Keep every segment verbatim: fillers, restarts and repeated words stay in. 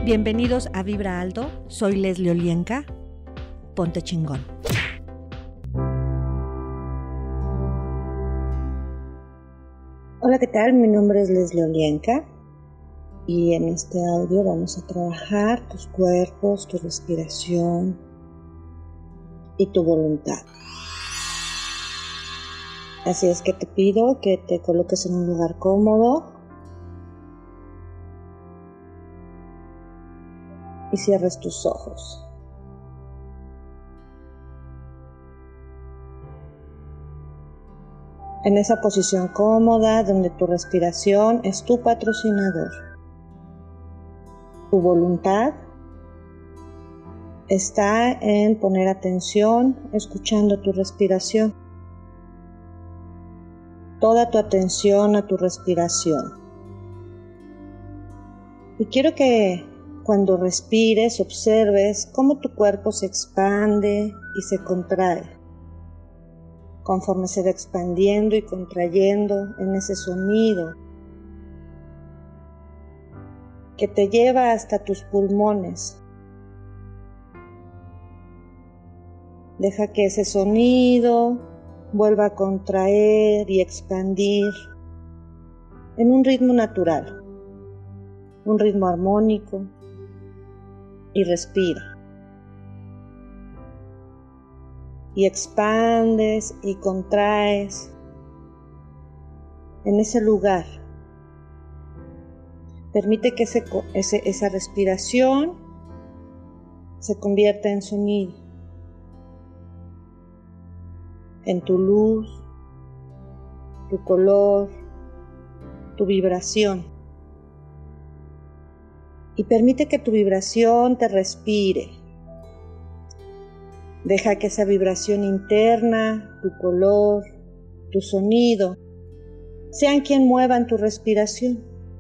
Bienvenidos a Vibra Alto, soy Leslie Olienka, ponte chingón. Hola, ¿qué tal? Mi nombre es Leslie Olienka y en este audio vamos a trabajar tus cuerpos, tu respiración y tu voluntad. Así es que te pido que te coloques en un lugar cómodo y cierres tus ojos. En esa posición cómoda donde tu respiración es tu patrocinador. Tu voluntad está en poner atención, escuchando tu respiración. Toda tu atención a tu respiración. Y quiero que cuando respires observes cómo tu cuerpo se expande y se contrae, conforme se va expandiendo y contrayendo en ese sonido que te lleva hasta tus pulmones. Deja que ese sonido vuelva a contraer y expandir en un ritmo natural, un ritmo armónico, y respira. Y expandes y contraes en ese lugar. Permite que ese, ese, esa respiración se convierta en sonido, en tu luz, tu color, tu vibración. Y permite que tu vibración te respire. Deja que esa vibración interna, tu color, tu sonido, sean quien muevan tu respiración.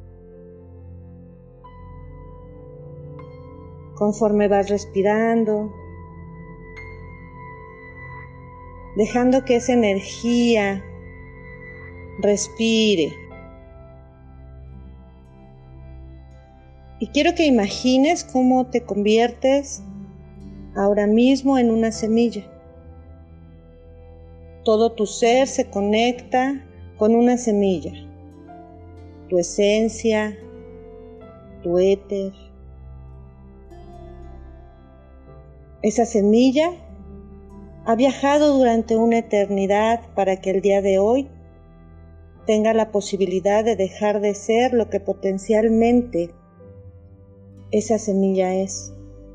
Conforme vas respirando, dejando que esa energía respire. Y quiero que imagines cómo te conviertes ahora mismo en una semilla. Todo tu ser se conecta con una semilla. Tu esencia, tu éter. Esa semilla ha viajado durante una eternidad para que el día de hoy tenga la posibilidad de dejar de ser lo que potencialmente esa semilla es.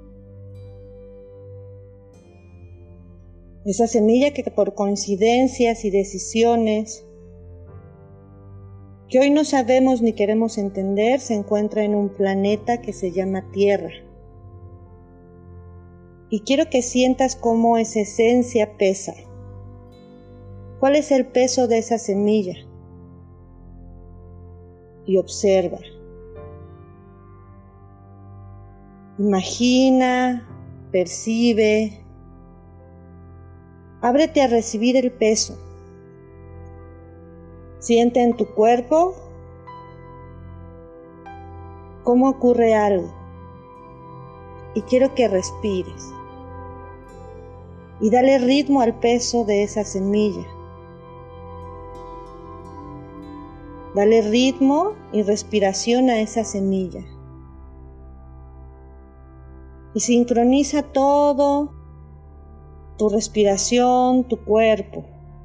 Esa semilla que por coincidencias y decisiones que hoy no sabemos ni queremos entender se encuentra en un planeta que se llama Tierra. Y quiero que sientas cómo esa esencia pesa. ¿Cuál es el peso de esa semilla? Y observa. Imagina, percibe, ábrete a recibir el peso. Siente en tu cuerpo cómo ocurre algo. Y quiero que respires. Y dale ritmo al peso de esa semilla. Dale ritmo y respiración a esa semilla. Y sincroniza todo, tu respiración, tu cuerpo.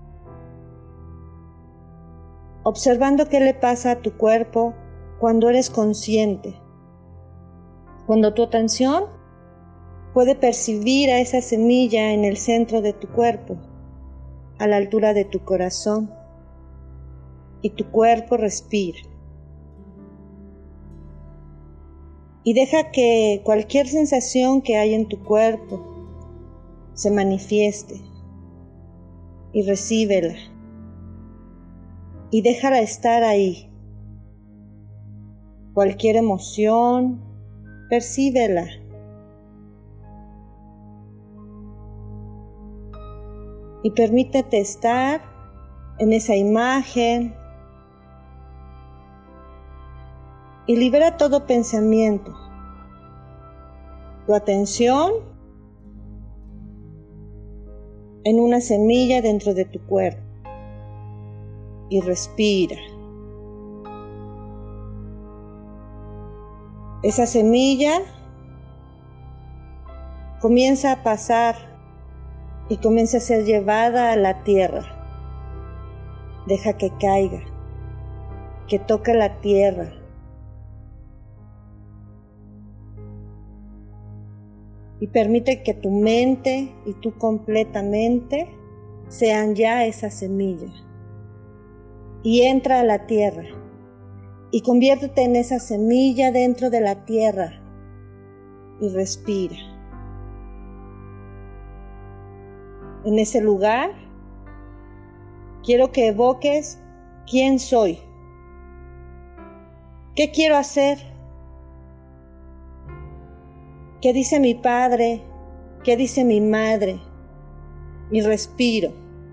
Observando qué le pasa a tu cuerpo cuando eres consciente. Cuando tu atención puede percibir a esa semilla en el centro de tu cuerpo, a la altura de tu corazón, y tu cuerpo respira. Y deja que cualquier sensación que hay en tu cuerpo se manifieste y recíbela. Y déjala estar ahí. Cualquier emoción, percíbela. Y permítete estar en esa imagen y libera todo pensamiento. tu atención en una semilla dentro de tu cuerpo y respira. Esa semilla comienza a pasar y comienza a ser llevada a la tierra. Deja que caiga, que toque la tierra. Y permite que tu mente y tú completamente sean ya esa semilla. Y entra a la tierra. Y conviértete en esa semilla dentro de la tierra. Y respira. En ese lugar, quiero que evoques quién soy. ¿Qué quiero hacer? ¿Qué dice mi padre? ¿Qué dice mi madre? Y respiro.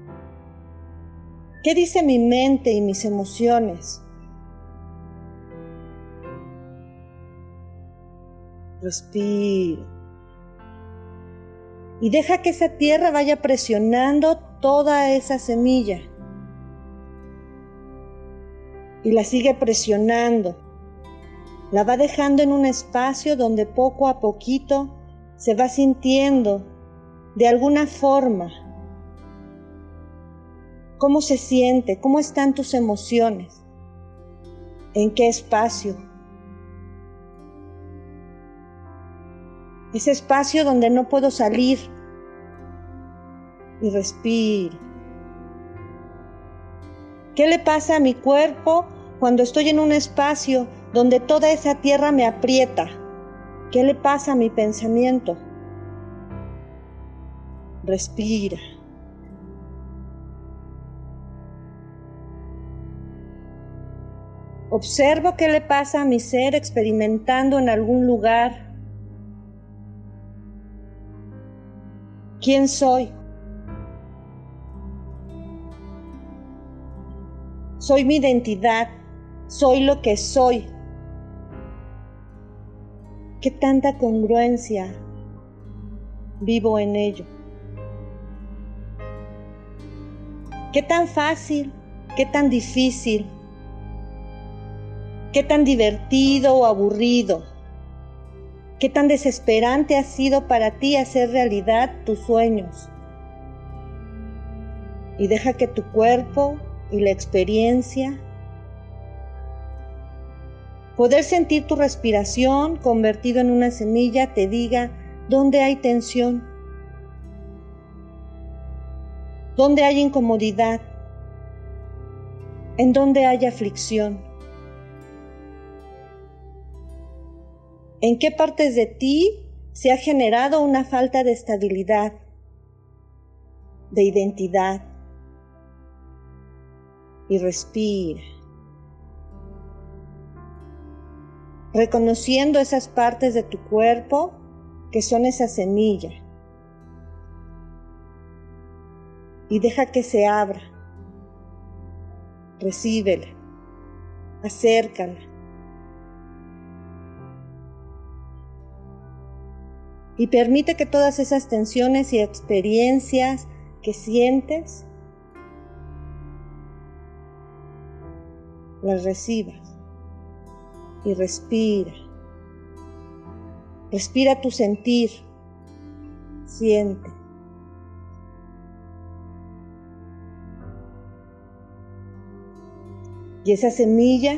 ¿Qué dice mi mente y mis emociones? Respiro. Y deja que esa tierra vaya presionando toda esa semilla. Y la sigue presionando. La va dejando en un espacio donde poco a poquito se va sintiendo de alguna forma. ¿Cómo se siente? ¿Cómo están tus emociones? ¿En qué espacio? Ese espacio donde no puedo salir. Y respiro. ¿Qué le pasa a mi cuerpo cuando estoy en un espacio donde toda esa tierra me aprieta? ¿Qué le pasa a mi pensamiento? Respira. Observo qué le pasa a mi ser experimentando en algún lugar. ¿Quién soy? Soy mi identidad. Soy lo que soy. ¿Qué tanta congruencia vivo en ello? ¿Qué tan fácil? ¿Qué tan difícil? ¿Qué tan divertido o aburrido? ¿Qué tan desesperante ha sido para ti hacer realidad tus sueños? Y deja que tu cuerpo y la experiencia, poder sentir tu respiración convertido en una semilla, te diga dónde hay tensión, dónde hay incomodidad, en dónde hay aflicción. ¿En qué partes de ti se ha generado una falta de estabilidad, de identidad? Y respira. Reconociendo esas partes de tu cuerpo que son esa semilla. Y deja que se abra. Recíbela. Acércala. Y permite que todas esas tensiones y experiencias que sientes las recibas. Y respira. Respira tu sentir. Siente. Y esa semilla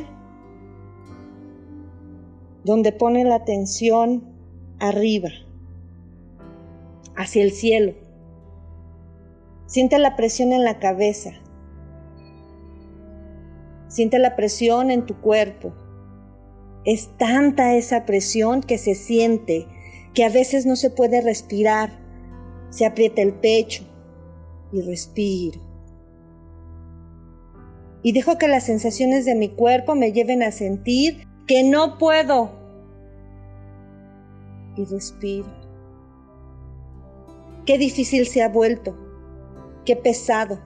donde pone la atención arriba, hacia el cielo. Siente la presión en la cabeza. Siente la presión en tu cuerpo. Es tanta esa presión que se siente que a veces no se puede respirar. Se aprieta el pecho y respiro. Y dejo que las sensaciones de mi cuerpo me lleven a sentir que no puedo. Y respiro. Qué difícil se ha vuelto. Qué pesado.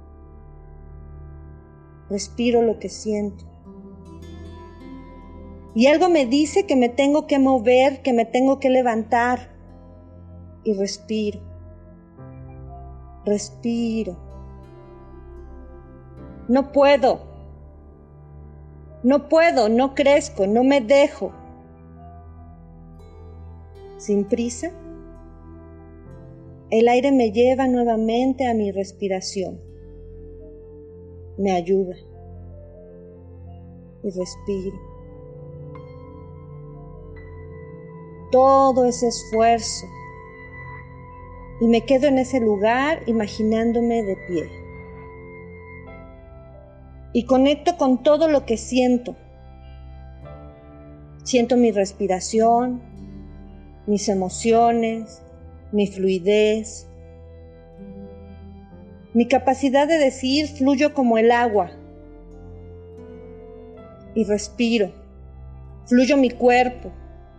Respiro lo que siento. Y algo me dice que me tengo que mover, que me tengo que levantar. Y respiro. Respiro. No puedo. No puedo, no crezco, no me dejo. Sin prisa, el aire me lleva nuevamente a mi respiración. Me ayuda. Y respiro. Todo ese esfuerzo. Y me quedo en ese lugar imaginándome de pie. Y conecto con todo lo que siento. Siento mi respiración, mis emociones, mi fluidez, mi capacidad de decir fluyo como el agua. Y respiro, fluyo mi cuerpo.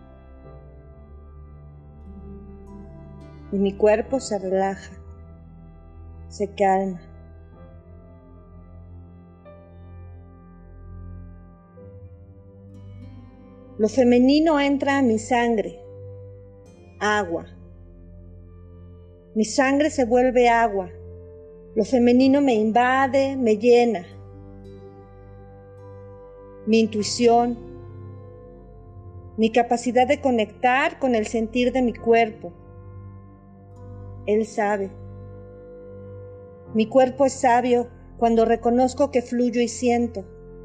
Y mi cuerpo se relaja, se calma. Lo femenino entra a mi sangre, agua. Mi sangre se vuelve agua. Lo femenino me invade, me llena. Mi intuición, mi capacidad de conectar con el sentir de mi cuerpo. Él sabe. Mi cuerpo es sabio cuando reconozco que fluyo y siento.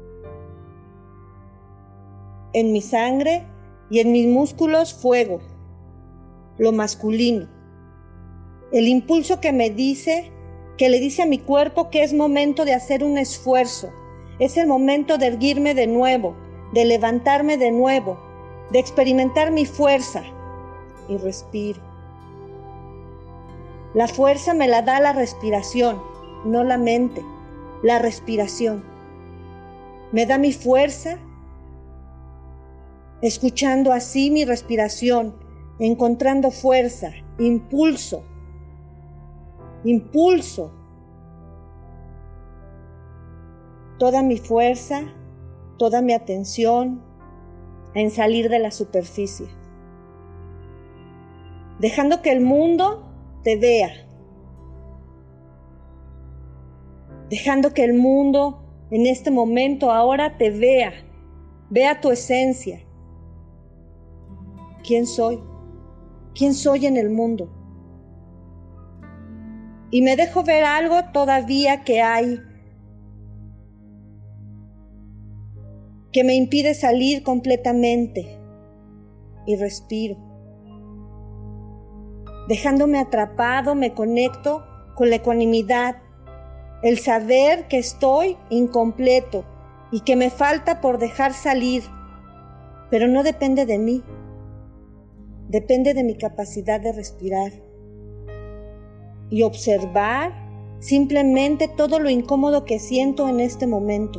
En mi sangre y en mis músculos fuego, lo masculino. El impulso que me dice, que le dice a mi cuerpo que es momento de hacer un esfuerzo. Es el momento de erguirme de nuevo, de levantarme de nuevo, de experimentar mi fuerza. Y respiro. La fuerza me la da la respiración, no la mente, la respiración. Me da mi fuerza, escuchando así mi respiración, encontrando fuerza, impulso, impulso. Toda mi fuerza, toda mi atención en salir de la superficie. Dejando que el mundo te vea. Dejando que el mundo en este momento ahora te vea. Vea tu esencia. ¿Quién soy? ¿Quién soy en el mundo? Y me dejo ver algo todavía que hay, que me impide salir completamente. Y respiro. Dejándome atrapado, me conecto con la ecuanimidad, el saber que estoy incompleto y que me falta por dejar salir, pero no depende de mí. Depende de mi capacidad de respirar y observar simplemente todo lo incómodo que siento en este momento.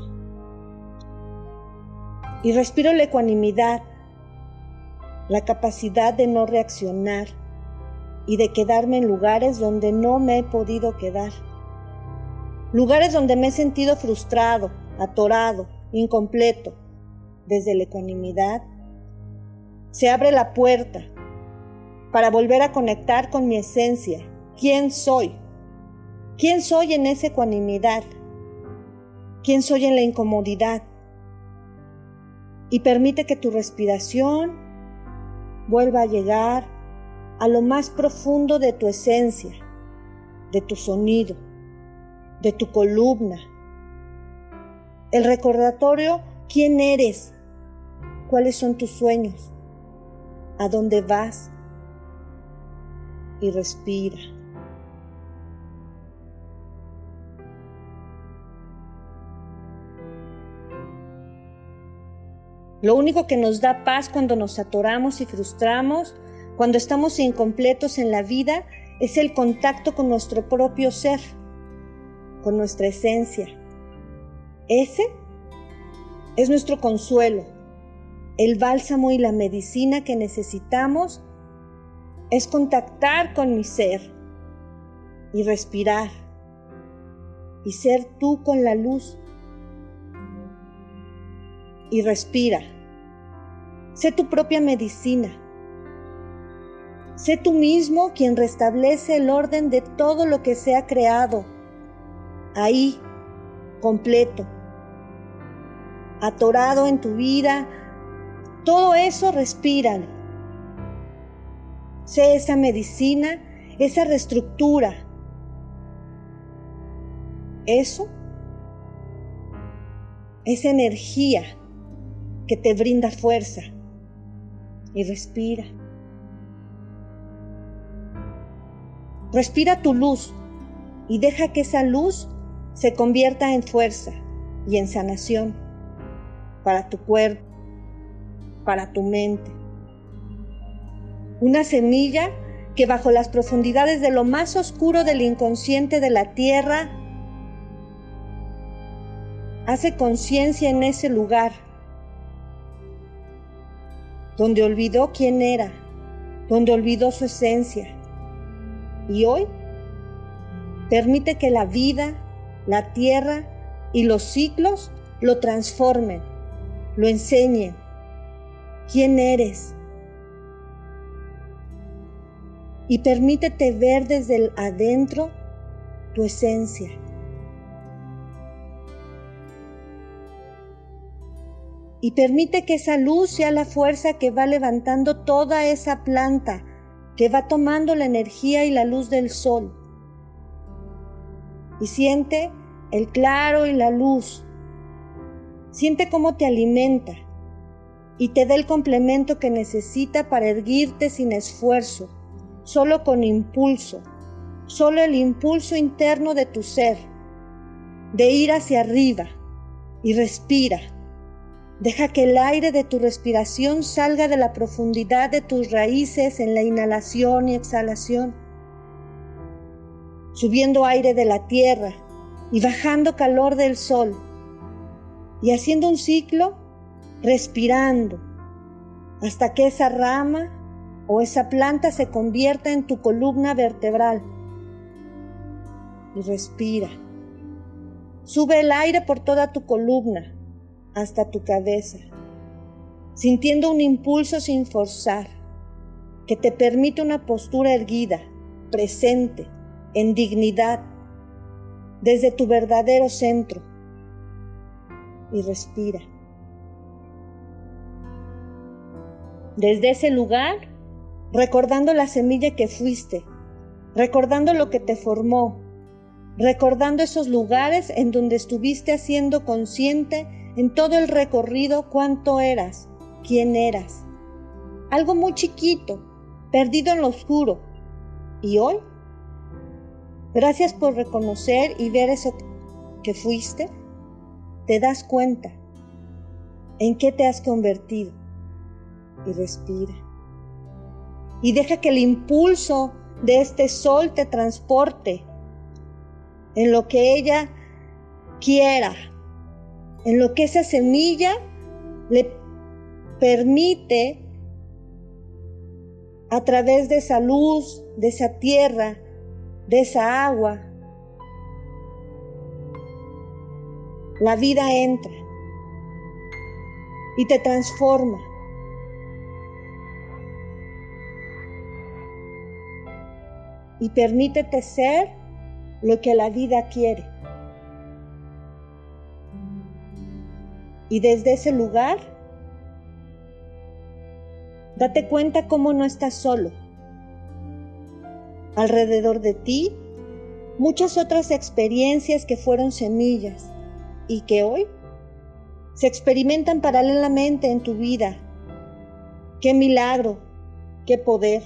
Y respiro la ecuanimidad, la capacidad de no reaccionar y de quedarme en lugares donde no me he podido quedar. Lugares donde me he sentido frustrado, atorado, incompleto. Desde la ecuanimidad se abre la puerta para volver a conectar con mi esencia. ¿Quién soy? ¿Quién soy en esa ecuanimidad? ¿Quién soy en la incomodidad? Y permite que tu respiración vuelva a llegar a lo más profundo de tu esencia, de tu sonido, de tu columna. El recordatorio, ¿quién eres? ¿Cuáles son tus sueños? ¿A dónde vas? Y respira. Lo único que nos da paz cuando nos atoramos y frustramos, cuando estamos incompletos en la vida, es el contacto con nuestro propio ser, con nuestra esencia. Ese es nuestro consuelo, el bálsamo y la medicina que necesitamos es contactar con mi ser y respirar y ser tú con la luz. Y respira, Sé tu propia medicina. Sé tú mismo quien restablece el orden de todo lo que se ha creado. Ahí, completo, atorado en tu vida, todo eso respíralo. Sé esa medicina, esa reestructura. Eso, esa energía que te brinda fuerza. Y respira. Respira tu luz y deja que esa luz se convierta en fuerza y en sanación para tu cuerpo, para tu mente. Una semilla que bajo las profundidades de lo más oscuro del inconsciente de la tierra hace conciencia en ese lugar donde olvidó quién era, donde olvidó su esencia. Y hoy permite que la vida, la tierra y los ciclos lo transformen, lo enseñen. ¿Quién eres? Y permítete ver desde el adentro tu esencia. Y permite que esa luz sea la fuerza que va levantando toda esa planta, que va tomando la energía y la luz del sol. Y siente el claro y la luz. Siente cómo te alimenta y te da el complemento que necesita para erguirte sin esfuerzo, solo con impulso, solo el impulso interno de tu ser, de ir hacia arriba. Y respira. Deja que el aire de tu respiración salga de la profundidad de tus raíces en la inhalación y exhalación, subiendo aire de la tierra y bajando calor del sol, y haciendo un ciclo, respirando, hasta que esa rama o esa planta se convierta en tu columna vertebral. Y respira. Sube el aire por toda tu columna, hasta tu cabeza, sintiendo un impulso sin forzar, que te permite una postura erguida, presente, en dignidad, desde tu verdadero centro. Y respira. Desde ese lugar, recordando la semilla que fuiste, recordando lo que te formó, recordando esos lugares en donde estuviste haciendo consciente en todo el recorrido cuánto eras, quién eras. Algo muy chiquito, perdido en lo oscuro. Y hoy, gracias por reconocer y ver eso que fuiste, te das cuenta en qué te has convertido. Y respira. Y deja que el impulso de este sol te transporte en lo que ella quiera, en lo que esa semilla le permite a través de esa luz, de esa tierra, de esa agua. La vida entra y te transforma. Y permítete ser lo que la vida quiere. Y desde ese lugar, date cuenta cómo no estás solo. Alrededor de ti, muchas otras experiencias que fueron semillas y que hoy se experimentan paralelamente en tu vida. ¡Qué milagro! ¡Qué poder!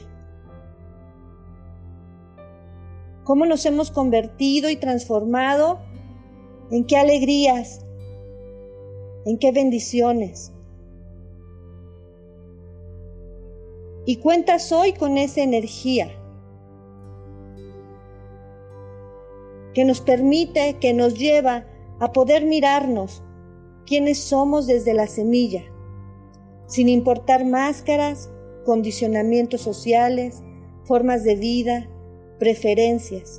¿Cómo nos hemos convertido y transformado? ¿En qué alegrías? ¿En qué bendiciones? Y cuentas hoy con esa energía que nos permite, que nos lleva a poder mirarnos quiénes somos desde la semilla, sin importar máscaras, condicionamientos sociales, formas de vida, preferencias.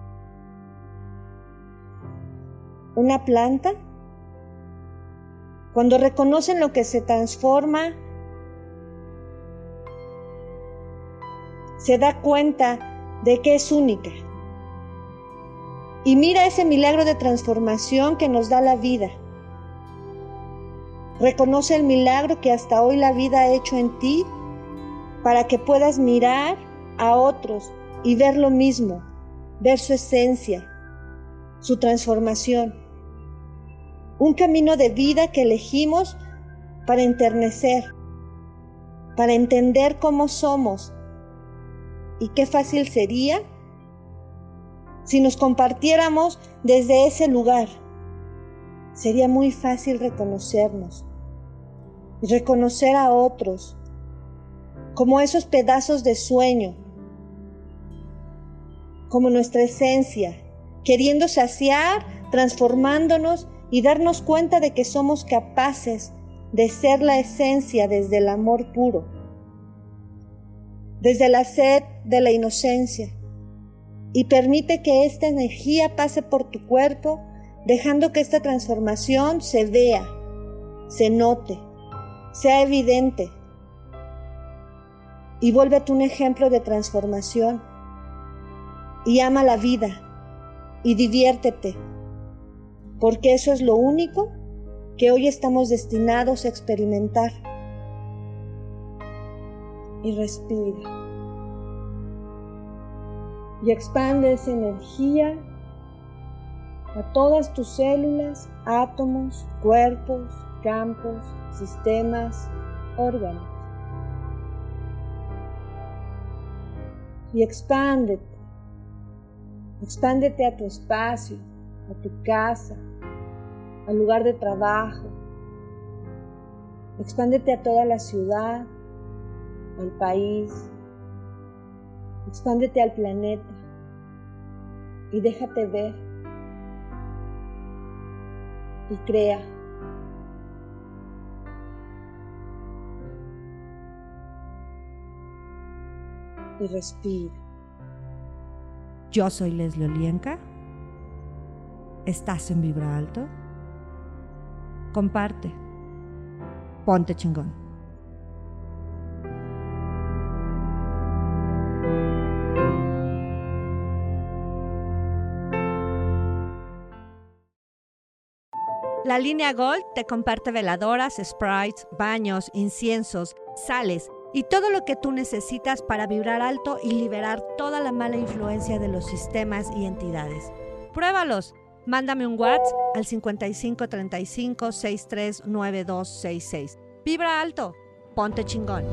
Una planta Cuando reconocen lo que se transforma, se da cuenta de que es única. Y mira ese milagro de transformación que nos da la vida. Reconoce el milagro que hasta hoy la vida ha hecho en ti para que puedas mirar a otros y ver lo mismo, ver su esencia, su transformación. Un camino de vida que elegimos para enternecer, para entender cómo somos. Y qué fácil sería si nos compartiéramos desde ese lugar. Sería muy fácil reconocernos y reconocer a otros como esos pedazos de sueño, como nuestra esencia, queriendo saciar, transformándonos y darnos cuenta de que somos capaces de ser la esencia desde el amor puro, desde la sed de la inocencia, y permite que esta energía pase por tu cuerpo, dejando que esta transformación se vea, se note, sea evidente, y vuélvete un ejemplo de transformación, y ama la vida, y diviértete, porque eso es lo único que hoy estamos destinados a experimentar. Y respira. Y expande esa energía a todas tus células, átomos, cuerpos, campos, sistemas, órganos. Y expándete. Expándete a tu espacio, a tu casa, al lugar de trabajo. Expándete a toda la ciudad, al país. Expándete al planeta y déjate ver y crea. Y respira. Yo soy Leslie Olienka. ¿Estás en Vibra Alto? Comparte. Ponte chingón. La línea Gold te comparte veladoras, sprites, baños, inciensos, sales y todo lo que tú necesitas para vibrar alto y liberar toda la mala influencia de los sistemas y entidades. ¡Pruébalos! Mándame un WhatsApp al cincuenta y cinco treinta y cinco sesenta y tres noventa y dos sesenta y seis. Vibra alto, ponte chingón.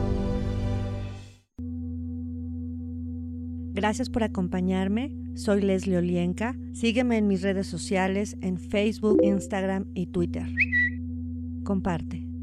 Gracias por acompañarme. Soy Leslie Olienka. Sígueme en mis redes sociales en Facebook, Instagram y Twitter. Comparte.